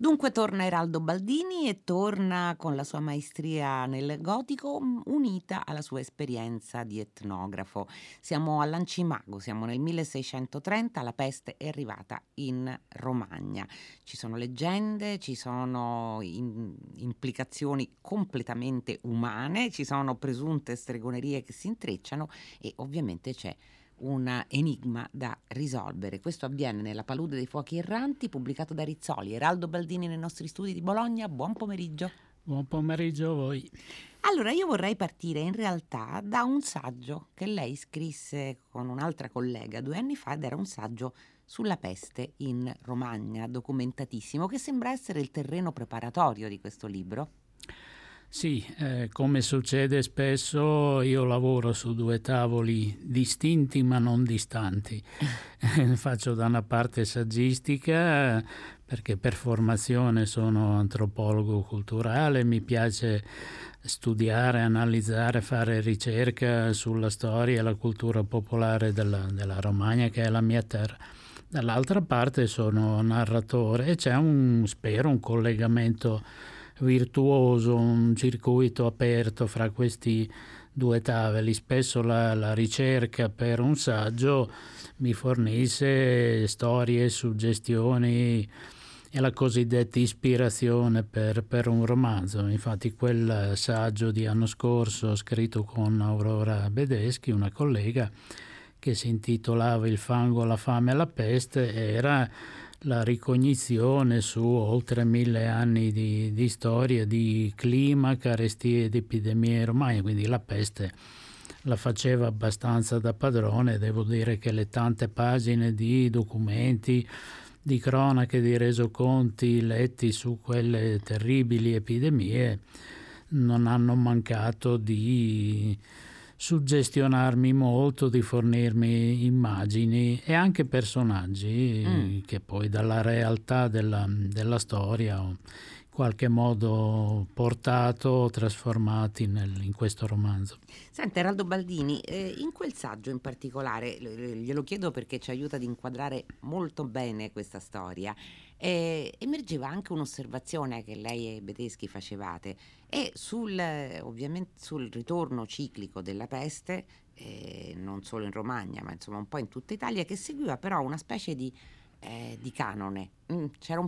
Dunque torna Eraldo Baldini e torna con la sua maestria nel gotico, unita alla sua esperienza di etnografo. Siamo all'Ancimago, siamo nel 1630, la peste è arrivata in Romagna. Ci sono leggende, ci sono implicazioni completamente umane, ci sono presunte stregonerie che si intrecciano e ovviamente c'è un enigma da risolvere. Questo avviene nella Palude dei fuochi erranti, pubblicato da Rizzoli. Eraldo Baldini nei nostri studi di Bologna, buon pomeriggio. Buon pomeriggio a voi. Allora, io vorrei partire in realtà da un saggio che lei scrisse con un'altra collega 2 anni fa, ed era un saggio sulla peste in Romagna, documentatissimo, che sembra essere il terreno preparatorio di questo libro. Sì, come succede spesso, io lavoro su due tavoli distinti ma non distanti. Faccio da una parte saggistica, perché per formazione sono antropologo culturale, mi piace studiare, analizzare, fare ricerca sulla storia e la cultura popolare della Romagna, che è la mia terra. Dall'altra parte sono narratore e c'è spero, un collegamento virtuoso, un circuito aperto fra questi due tavoli. Spesso la ricerca per un saggio mi fornisce storie, suggestioni e la cosiddetta ispirazione per un romanzo. Infatti quel saggio di anno scorso scritto con Aurora Bedeschi, una collega, che si intitolava Il fango, la fame e la peste, era la ricognizione su oltre 1000 anni di storia, di clima, carestie ed epidemie romane, quindi la peste la faceva abbastanza da padrone. Devo dire che le tante pagine di documenti, di cronache, di resoconti letti su quelle terribili epidemie non hanno mancato di suggestionarmi molto, di fornirmi immagini e anche personaggi che poi dalla realtà della storia ho in qualche modo portato, trasformati in questo romanzo. Senta, Eraldo Baldini, in quel saggio in particolare, glielo chiedo perché ci aiuta ad inquadrare molto bene questa storia, emergeva anche un'osservazione che lei e Bedeschi facevate e ovviamente sul ritorno ciclico della peste, non solo in Romagna, ma insomma un po' in tutta Italia, che seguiva però una specie di canone. C'era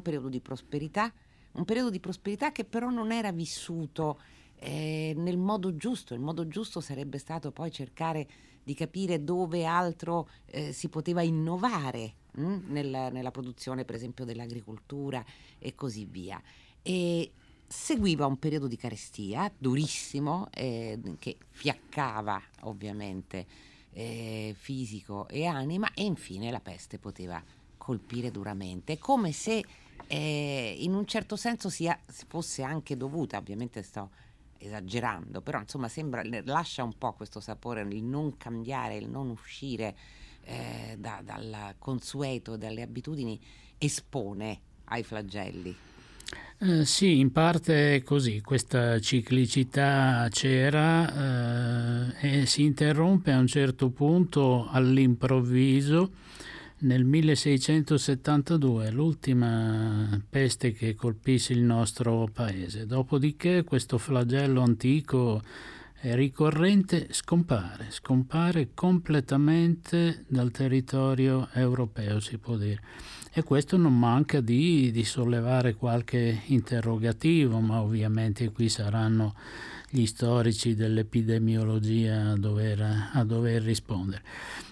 un periodo di prosperità che però non era vissuto nel modo giusto. Il modo giusto sarebbe stato poi cercare di capire dove altro si poteva innovare nella produzione, per esempio, dell'agricoltura e così via. E seguiva un periodo di carestia durissimo che fiaccava ovviamente fisico e anima, e infine la peste poteva colpire duramente, come se in un certo senso fosse anche dovuta, ovviamente sto esagerando, però insomma lascia un po' questo sapore, il non cambiare, il non uscire dal consueto, dalle abitudini, espone ai flagelli. Sì, in parte è così, questa ciclicità c'era e si interrompe a un certo punto all'improvviso nel 1672, l'ultima peste che colpisse il nostro paese. Dopodiché questo flagello antico e ricorrente scompare completamente dal territorio europeo, si può dire. E questo non manca di sollevare qualche interrogativo, ma ovviamente qui saranno gli storici dell'epidemiologia a dover rispondere.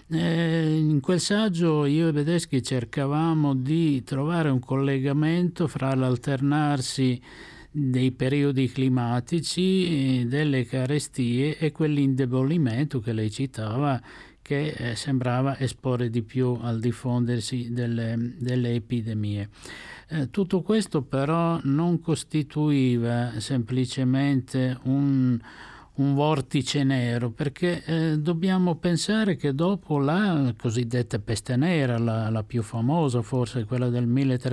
In quel saggio io e Bedeschi cercavamo di trovare un collegamento fra l'alternarsi dei periodi climatici, delle carestie e quell'indebolimento che lei citava, che sembrava esporre di più al diffondersi delle epidemie. Tutto questo però non costituiva semplicemente un vortice nero, perché dobbiamo pensare che dopo la cosiddetta peste nera, la più famosa forse quella del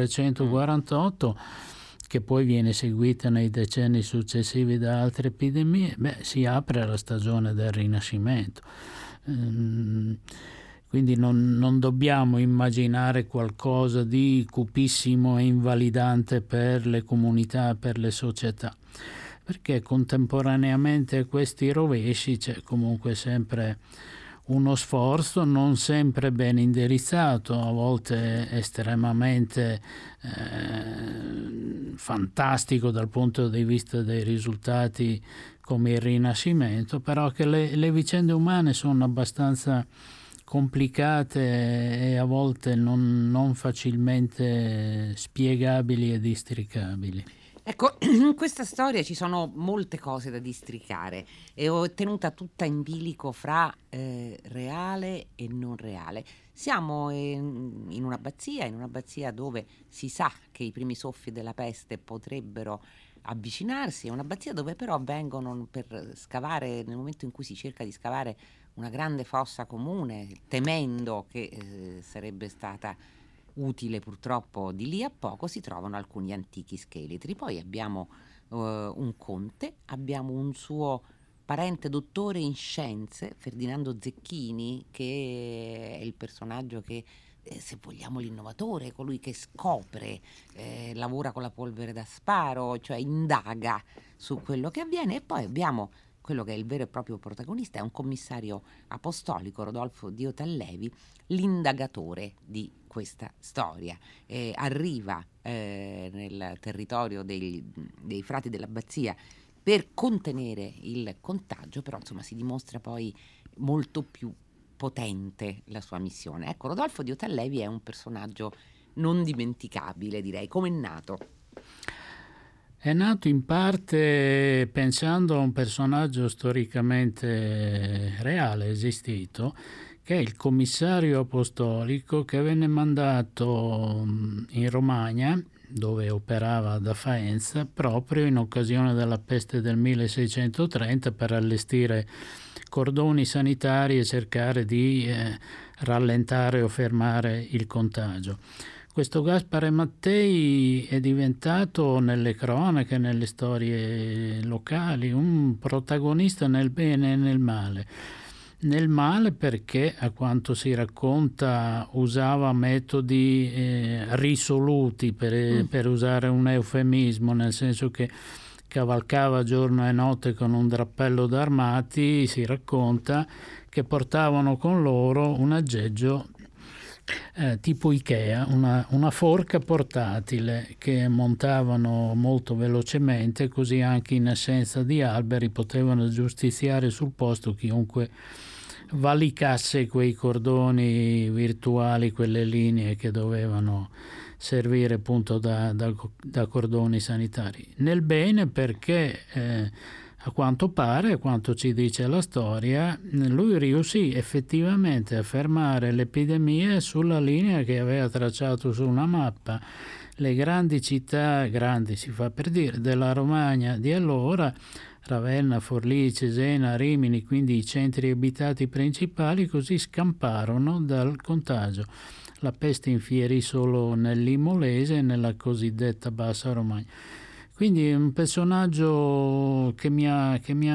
1348, che poi viene seguita nei decenni successivi da altre epidemie, si apre la stagione del Rinascimento. quindi non dobbiamo immaginare qualcosa di cupissimo e invalidante per le comunità, per le società, perché contemporaneamente a questi rovesci c'è comunque sempre uno sforzo non sempre ben indirizzato, a volte estremamente fantastico dal punto di vista dei risultati come il Rinascimento, però che le vicende umane sono abbastanza complicate e a volte non facilmente spiegabili e districabili. Ecco, in questa storia ci sono molte cose da districare e ho tenuta tutta in bilico fra reale e non reale. Siamo in un'abbazia dove si sa che i primi soffi della peste potrebbero avvicinarsi, è un'abbazia dove però vengono per scavare, nel momento in cui si cerca di scavare una grande fossa comune, temendo che sarebbe stata utile purtroppo di lì a poco, si trovano alcuni antichi scheletri. Poi abbiamo un conte, abbiamo un suo parente dottore in scienze, Ferdinando Zecchini, che è il personaggio che, se vogliamo, l'innovatore, colui che scopre, lavora con la polvere da sparo, cioè indaga su quello che avviene. E poi abbiamo quello che è il vero e proprio protagonista, è un commissario apostolico, Rodolfo di Otallevi, l'indagatore di questa storia. Arriva nel territorio dei frati dell'abbazia per contenere il contagio, però insomma si dimostra poi molto più potente la sua missione. Ecco, Rodolfo di Otallevi è un personaggio non dimenticabile, direi. Come è nato? È nato in parte pensando a un personaggio storicamente reale, esistito, che è il commissario apostolico che venne mandato in Romagna, dove operava da Faenza, proprio in occasione della peste del 1630 per allestire cordoni sanitari e cercare di rallentare o fermare il contagio. Questo Gaspare Mattei è diventato nelle cronache, nelle storie locali, un protagonista nel bene e nel male. Nel male perché, a quanto si racconta, usava metodi risoluti, per usare un eufemismo, nel senso che cavalcava giorno e notte con un drappello d'armati, si racconta che portavano con loro un aggeggio tipo Ikea, una forca portatile che montavano molto velocemente, così anche in assenza di alberi potevano giustiziare sul posto chiunque valicasse quei cordoni virtuali, quelle linee che dovevano servire appunto da cordoni sanitari. Nel bene perché a quanto pare, a quanto ci dice la storia, lui riuscì effettivamente a fermare l'epidemia sulla linea che aveva tracciato su una mappa. Le grandi città, grandi si fa per dire, della Romagna di allora, Ravenna, Forlì, Cesena, Rimini, quindi i centri abitati principali, così scamparono dal contagio. La peste infierì solo nell'Imolese e nella cosiddetta Bassa Romagna. Quindi è un personaggio che mi ha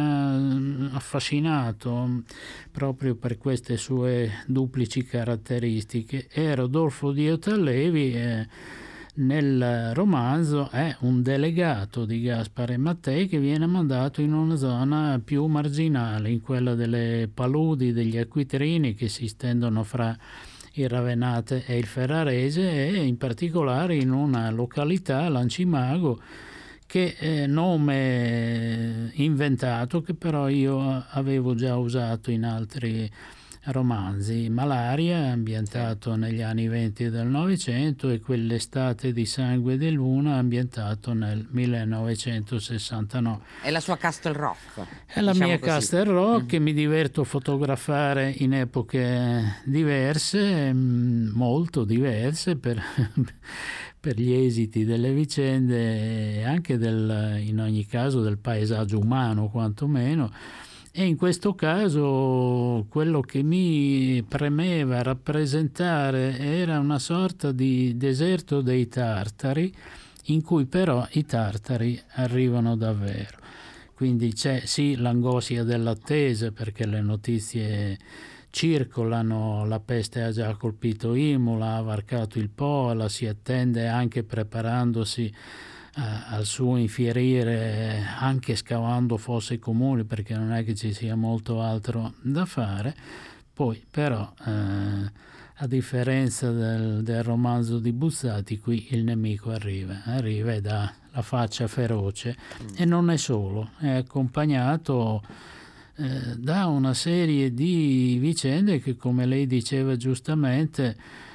affascinato proprio per queste sue duplici caratteristiche. E Rodolfo di Otallevi nel romanzo è un delegato di Gaspare Mattei che viene mandato in una zona più marginale, in quella delle paludi, degli acquitrini che si stendono fra il Ravenate e il Ferrarese, e in particolare in una località, Lancimago, che è nome inventato che però io avevo già usato in altri romanzi. Malaria, ambientato negli anni 20 del Novecento, e Quell'estate di sangue di luna, ambientato nel 1969. È la sua Castle Rock. È la mia Castle Rock, che mi diverto a fotografare in epoche diverse, molto diverse per gli esiti delle vicende e anche in ogni caso del paesaggio umano quantomeno. E in questo caso quello che mi premeva rappresentare era una sorta di deserto dei tartari, in cui però i tartari arrivano davvero. Quindi c'è sì l'angoscia dell'attesa, perché le notizie circolano, la peste ha già colpito Imola, ha varcato il Po, la si attende anche preparandosi al suo infierire, anche scavando fosse comuni, perché non è che ci sia molto altro da fare. Poi però a differenza del romanzo di Buzzati, qui il nemico arriva e dà la faccia feroce, e non è solo, è accompagnato da una serie di vicende che, come lei diceva giustamente,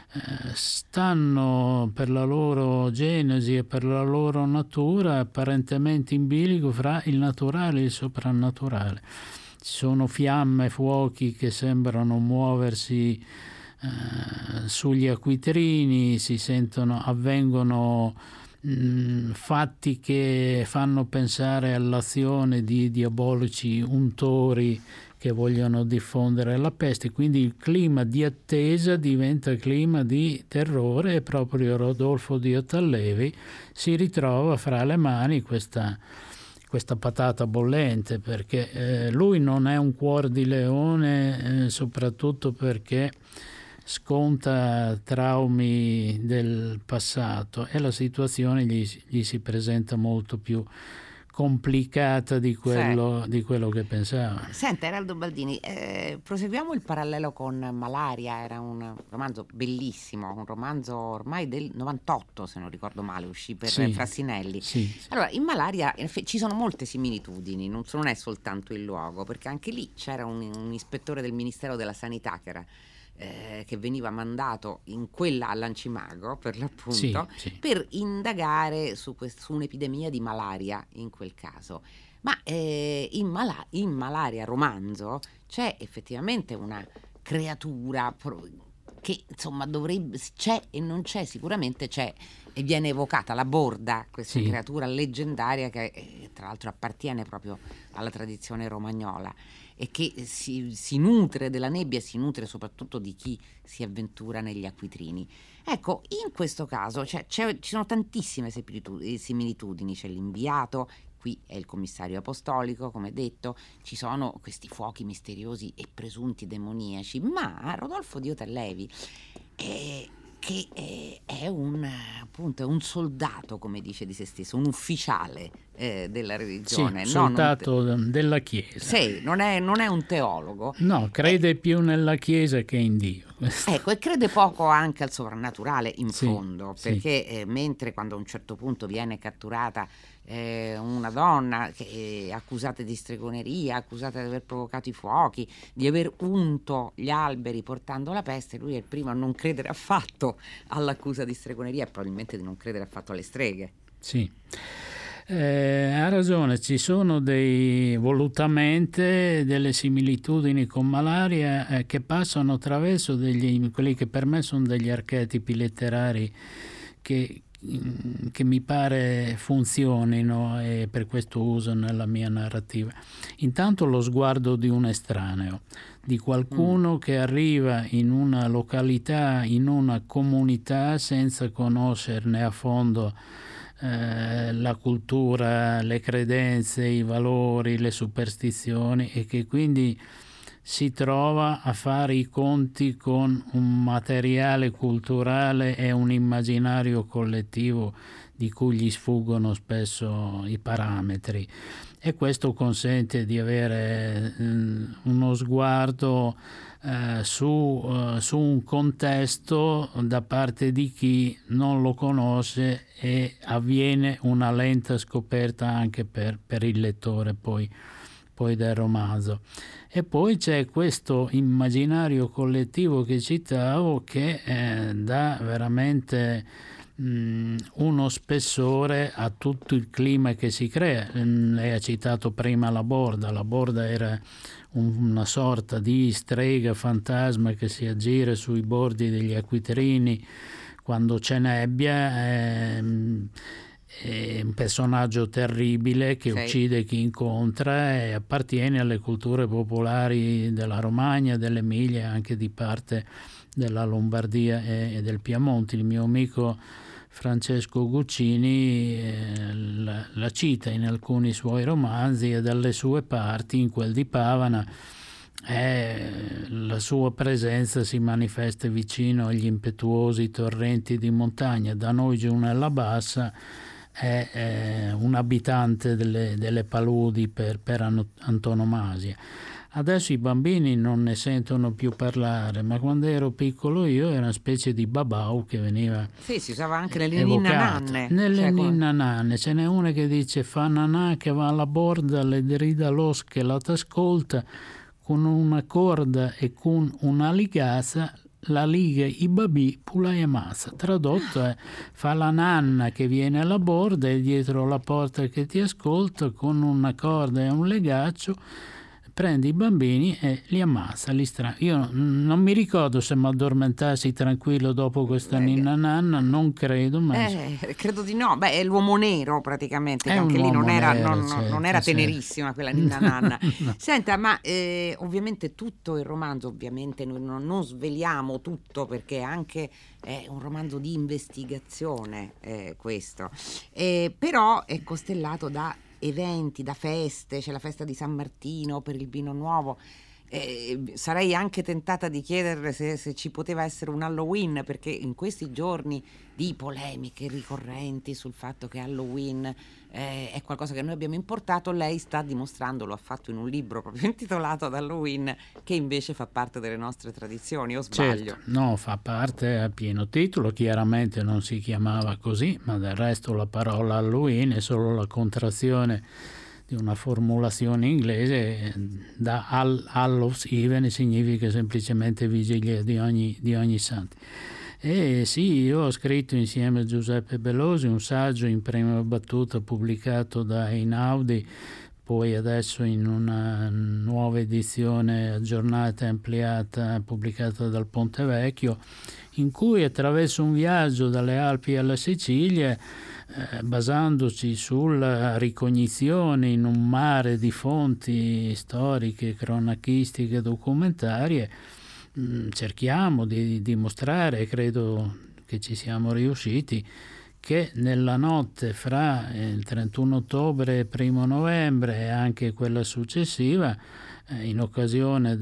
stanno per la loro genesi e per la loro natura apparentemente in bilico fra il naturale e il soprannaturale. Ci sono fiamme, fuochi che sembrano muoversi sugli acquitrini, avvengono fatti che fanno pensare all'azione di diabolici untori che vogliono diffondere la peste, quindi il clima di attesa diventa clima di terrore, e proprio Rodolfo di Otallevi si ritrova fra le mani questa patata bollente, perché lui non è un cuor di leone, soprattutto perché sconta traumi del passato, e la situazione gli si presenta molto più complicata di quello che pensava. Senta, Eraldo Baldini, proseguiamo il parallelo con Malaria. Era un romanzo bellissimo, un romanzo ormai del 98, se non ricordo male, uscì per Frassinelli. Sì. Allora, in Malaria ci sono molte similitudini, non è soltanto il luogo, perché anche lì c'era un ispettore del Ministero della Sanità che veniva mandato in quella a Lancimago, per l'appunto, per indagare su un'epidemia di malaria in quel caso. Ma in Malaria romanzo c'è effettivamente una creatura che insomma c'è e non c'è, sicuramente c'è, e viene evocata la Borda, questa creatura leggendaria che tra l'altro appartiene proprio alla tradizione romagnola, e che si nutre della nebbia e si nutre soprattutto di chi si avventura negli acquitrini. Ecco, in questo caso ci sono tantissime similitudini. C'è l'inviato, qui è il commissario apostolico, come detto, ci sono questi fuochi misteriosi e presunti demoniaci, ma Rodolfo di Otallevi che è un soldato, come dice di se stesso, un ufficiale della religione. Soldato della Chiesa. Sì, non è un teologo. No, crede più nella Chiesa che in Dio. Ecco, e crede poco anche al soprannaturale in fondo, perché mentre quando a un certo punto viene catturata una donna che è accusata di stregoneria, accusata di aver provocato i fuochi, di aver unto gli alberi portando la peste, lui è il primo a non credere affatto all'accusa di stregoneria e probabilmente di non credere affatto alle streghe. Sì. Ha ragione, ci sono volutamente delle similitudini con Malaria che passano attraverso quelli che per me sono degli archetipi letterari che mi pare funzionino, e per questo uso nella mia narrativa. Intanto lo sguardo di un estraneo, di qualcuno che arriva in una località, in una comunità, senza conoscerne a fondo la cultura, le credenze, i valori, le superstizioni, e che quindi si trova a fare i conti con un materiale culturale e un immaginario collettivo di cui gli sfuggono spesso i parametri, e questo consente di avere uno sguardo su un contesto da parte di chi non lo conosce, e avviene una lenta scoperta anche per il lettore poi del romanzo. E poi c'è questo immaginario collettivo che citavo, che dà veramente uno spessore a tutto il clima che si crea. Lei ha citato prima la Borda era una sorta di strega fantasma che si aggira sui bordi degli acquitrini quando c'è nebbia. È un personaggio terribile che uccide chi incontra, e appartiene alle culture popolari della Romagna, dell'Emilia e anche di parte della Lombardia e del Piemonte. Il mio amico Francesco Guccini la cita in alcuni suoi romanzi, e dalle sue parti, in quel di Pavana, La sua presenza si manifesta vicino agli impetuosi torrenti di montagna. Da noi giù nella bassa è un abitante delle paludi per antonomasia. Adesso i bambini non ne sentono più parlare, ma quando ero piccolo io era una specie di babau che veniva Sì, si usava anche nelle ninna nanne. Nelle ninna nanne ce n'è una che dice: fa nanà che va alla borda, le grida l'os che la t'ascolta, con una corda e con una ligazza la liga i babì pulai e massa. Tradotto è: fa la nanna che viene alla borda e dietro la porta che ti ascolta con una corda e un legaccio prende i bambini e li ammazza, Io non mi ricordo se mi addormentassi tranquillo dopo questa ninna nanna, non credo, ma credo di no. Beh, è l'uomo nero praticamente, che anche lì non era tenerissima quella ninna nanna. No. Senta, ma ovviamente tutto il romanzo, ovviamente noi non sveliamo tutto, perché anche è un romanzo di investigazione, questo, però è costellato da eventi, da feste. C'è la festa di San Martino per il vino nuovo. Sarei anche tentata di chiederle se ci poteva essere un Halloween, perché in questi giorni di polemiche ricorrenti sul fatto che Halloween è qualcosa che noi abbiamo importato, lei sta dimostrando, lo ha fatto in un libro proprio intitolato ad Halloween, che invece fa parte delle nostre tradizioni, o sbaglio? Certo, no, fa parte a pieno titolo, chiaramente non si chiamava così, ma del resto la parola Halloween è solo la contrazione di una formulazione inglese da Hallows Even, significa semplicemente vigilia di ogni santo. E sì, io ho scritto insieme a Giuseppe Belosi un saggio in prima battuta pubblicato da Einaudi, poi adesso in una nuova edizione aggiornata e ampliata pubblicata dal Ponte Vecchio, in cui attraverso un viaggio dalle Alpi alla Sicilia, basandoci sulla ricognizione in un mare di fonti storiche, cronachistiche, documentarie, cerchiamo di dimostrare, e credo che ci siamo riusciti, che nella notte fra il 31 ottobre e il 1 novembre e anche quella successiva, in occasione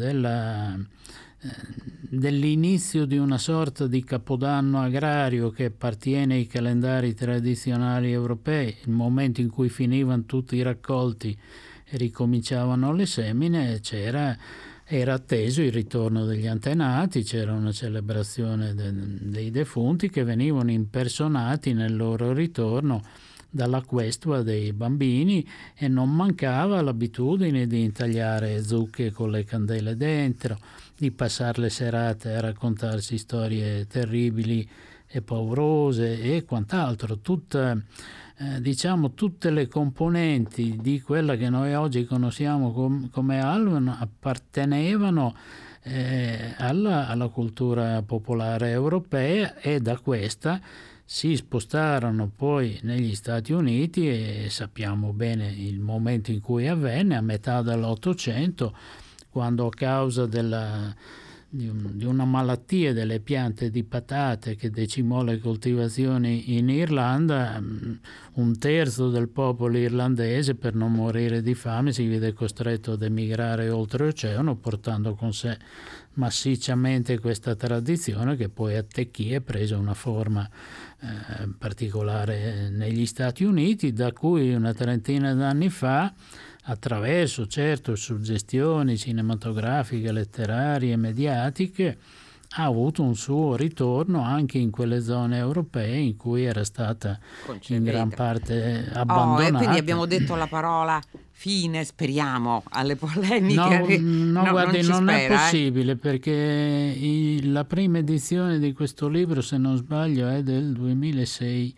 dell'inizio di una sorta di capodanno agrario che appartiene ai calendari tradizionali europei, il momento in cui finivano tutti i raccolti e ricominciavano le semine, era atteso il ritorno degli antenati, c'era una celebrazione dei defunti che venivano impersonati nel loro ritorno dalla questua dei bambini, e non mancava l'abitudine di intagliare zucche con le candele dentro, di passare le serate a raccontarsi storie terribili e paurose e quant'altro. Tutte le componenti di quella che noi oggi conosciamo come Halloween appartenevano alla cultura popolare europea, e da questa si spostarono poi negli Stati Uniti, e sappiamo bene il momento in cui avvenne, a metà dell'Ottocento, quando a causa di una malattia delle piante di patate che decimò le coltivazioni in Irlanda, un terzo del popolo irlandese, per non morire di fame, si vide costretto ad emigrare oltreoceano, portando con sé massicciamente questa tradizione, che poi attecchì e prese una forma particolare negli Stati Uniti, da cui una trentina d'anni fa, attraverso certo suggestioni cinematografiche, letterarie, mediatiche, ha avuto un suo ritorno anche in quelle zone europee in cui era stata in gran parte abbandonata. E quindi abbiamo detto la parola fine, speriamo, alle polemiche. No, guardi, non è possibile, perché la prima edizione di questo libro, se non sbaglio, è del 2006,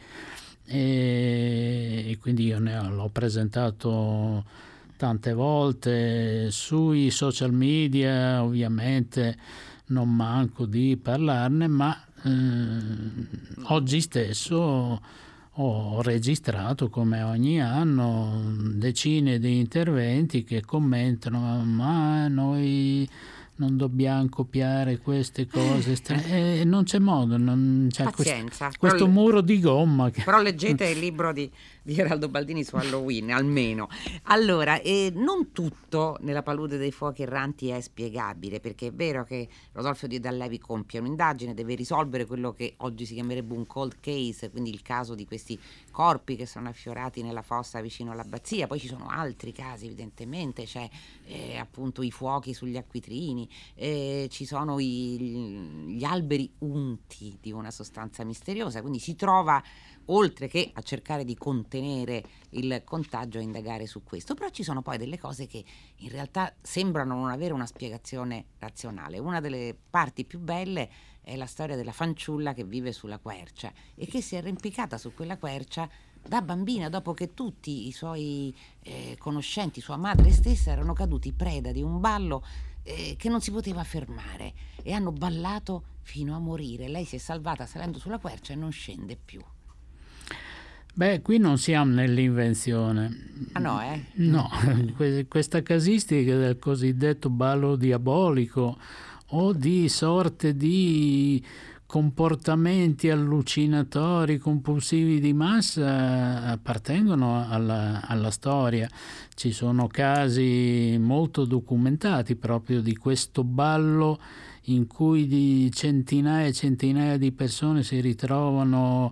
e quindi io l'ho presentato tante volte sui social media, ovviamente non manco di parlarne, ma oggi stesso ho registrato, come ogni anno, decine di interventi che commentano: ma noi non dobbiamo copiare queste cose, non c'è modo, non c'è pazienza. questo muro di gomma. Però leggete il libro di di Geraldo Baldini su Halloween, almeno. Allora, non tutto nella palude dei fuochi erranti è spiegabile, perché è vero che Rodolfo Di Dallevi compie un'indagine, deve risolvere quello che oggi si chiamerebbe un cold case, quindi il caso di questi corpi che sono affiorati nella fossa vicino all'abbazia. Poi ci sono altri casi, evidentemente, c'è appunto i fuochi sugli acquitrini, ci sono gli alberi unti di una sostanza misteriosa, quindi si trova, oltre che a cercare di contenere il contagio, a indagare su questo. Però ci sono poi delle cose che in realtà sembrano non avere una spiegazione razionale. Una delle parti più belle è la storia della fanciulla che vive sulla quercia e che si è arrampicata su quella quercia da bambina, dopo che tutti i suoi conoscenti, sua madre stessa, erano caduti preda di un ballo che non si poteva fermare, e hanno ballato fino a morire. Lei si è salvata salendo sulla quercia e non scende più. Beh, qui non siamo nell'invenzione. Ah no, No, questa casistica del cosiddetto ballo diabolico o di sorte di comportamenti allucinatori, compulsivi di massa appartengono alla storia. Ci sono casi molto documentati proprio di questo ballo in cui di centinaia e centinaia di persone si ritrovano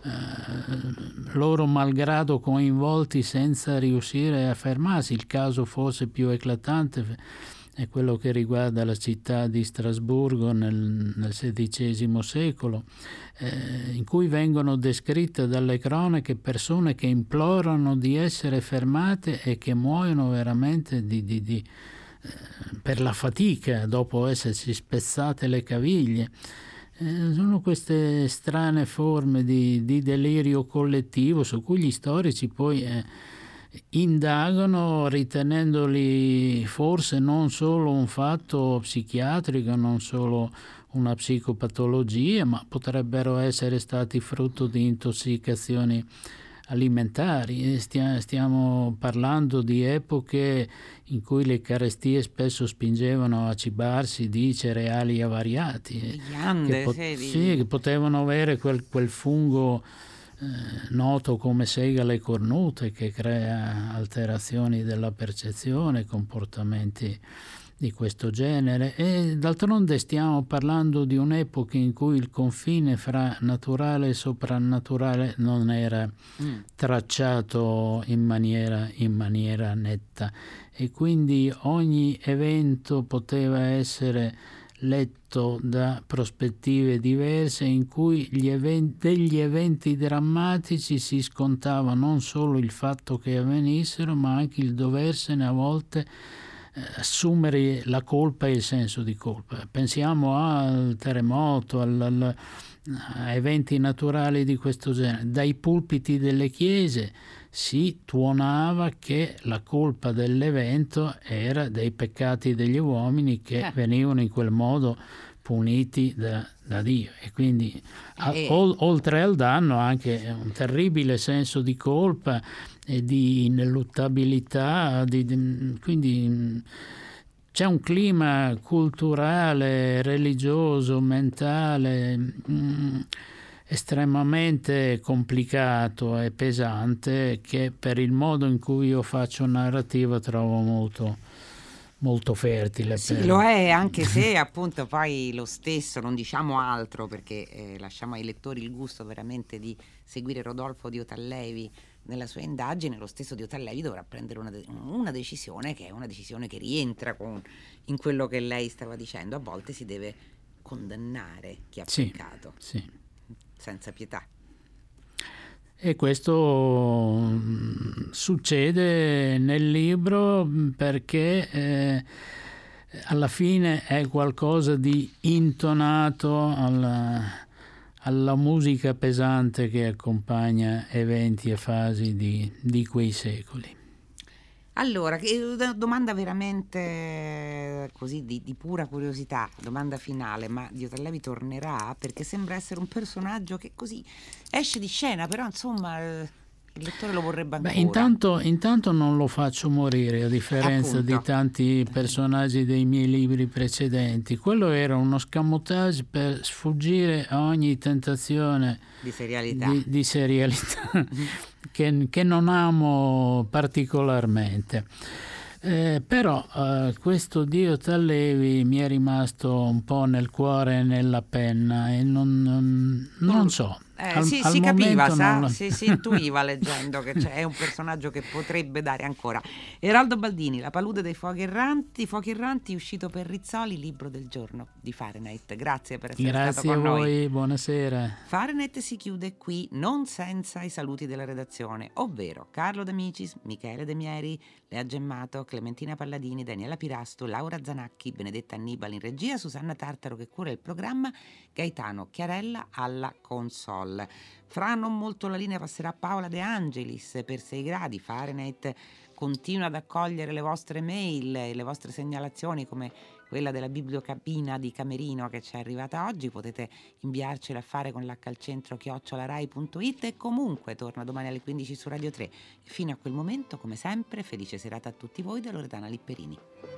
loro malgrado coinvolti senza riuscire a fermarsi. Il caso forse più eclatante è quello che riguarda la città di Strasburgo nel XVI secolo, in cui vengono descritte dalle cronache persone che implorano di essere fermate e che muoiono veramente per la fatica dopo essersi spezzate le caviglie. Sono queste strane forme di delirio collettivo su cui gli storici poi indagano, ritenendoli forse non solo un fatto psichiatrico, non solo una psicopatologia, ma potrebbero essere stati frutto di intossicazioni alimentari. Stiamo parlando di epoche in cui le carestie spesso spingevano a cibarsi di cereali avariati, che potevano avere quel fungo noto come segale cornute, che crea alterazioni della percezione, comportamenti di questo genere. E d'altronde stiamo parlando di un'epoca in cui il confine fra naturale e soprannaturale non era tracciato in maniera netta, e quindi ogni evento poteva essere letto da prospettive diverse, in cui degli eventi drammatici si scontava non solo il fatto che avvenissero, ma anche il doversene a volte assumere la colpa e il senso di colpa. Pensiamo al terremoto, a eventi naturali di questo genere. Dai pulpiti delle chiese si tuonava che la colpa dell'evento era dei peccati degli uomini che venivano in quel modo puniti da Dio, e quindi oltre al danno anche un terribile senso di colpa e di ineluttabilità, quindi c'è un clima culturale, religioso, mentale estremamente complicato e pesante, che per il modo in cui io faccio narrativa trovo molto fertile. Sì, lo è, anche se appunto poi lo stesso, non diciamo altro perché lasciamo ai lettori il gusto veramente di seguire Rodolfo Di Otallevi nella sua indagine. Lo stesso Di Otallevi dovrà prendere una decisione, che è una decisione che rientra in quello che lei stava dicendo. A volte si deve condannare chi ha peccato, senza pietà. E questo succede nel libro perché alla fine è qualcosa di intonato alla musica pesante che accompagna eventi e fasi di quei secoli. Allora, una domanda veramente così di pura curiosità, domanda finale, ma Di Otallevi tornerà? Perché sembra essere un personaggio che così esce di scena, però insomma il lettore lo vorrebbe ancora. Intanto non lo faccio morire, a differenza di tanti personaggi dei miei libri precedenti. Quello era uno scamotage per sfuggire a ogni tentazione di serialità, che non amo particolarmente. Però questo Dio t'allevi mi è rimasto un po' nel cuore e nella penna e non so. Sì, Al si capiva, momento non lo... si intuiva leggendo che è un personaggio che potrebbe dare ancora. Eraldo Baldini, La palude dei fuochi erranti, uscito per Rizzoli, libro del giorno di Fahrenheit. Grazie per essere stato Grazie a con noi. voi, buonasera. Fahrenheit si chiude qui, non senza i saluti della redazione, ovvero Carlo D'Amicis, Michele De Mieri, Lea Gemmato, Clementina Palladini, Daniela Pirastu, Laura Zanacchi, Benedetta Annibali in regia, Susanna Tartaro che cura il programma, Gaetano Chiarella alla console. Fra non molto la linea passerà Paola De Angelis per 6 gradi. Fahrenheit continua ad accogliere le vostre mail e le vostre segnalazioni, come quella della bibliocabina di Camerino che ci è arrivata oggi. Potete inviarcela a fare con l'hcentro@rai.it e comunque torna domani alle 15 su Radio 3. E fino a quel momento, come sempre, felice serata a tutti voi da Loredana Lipperini.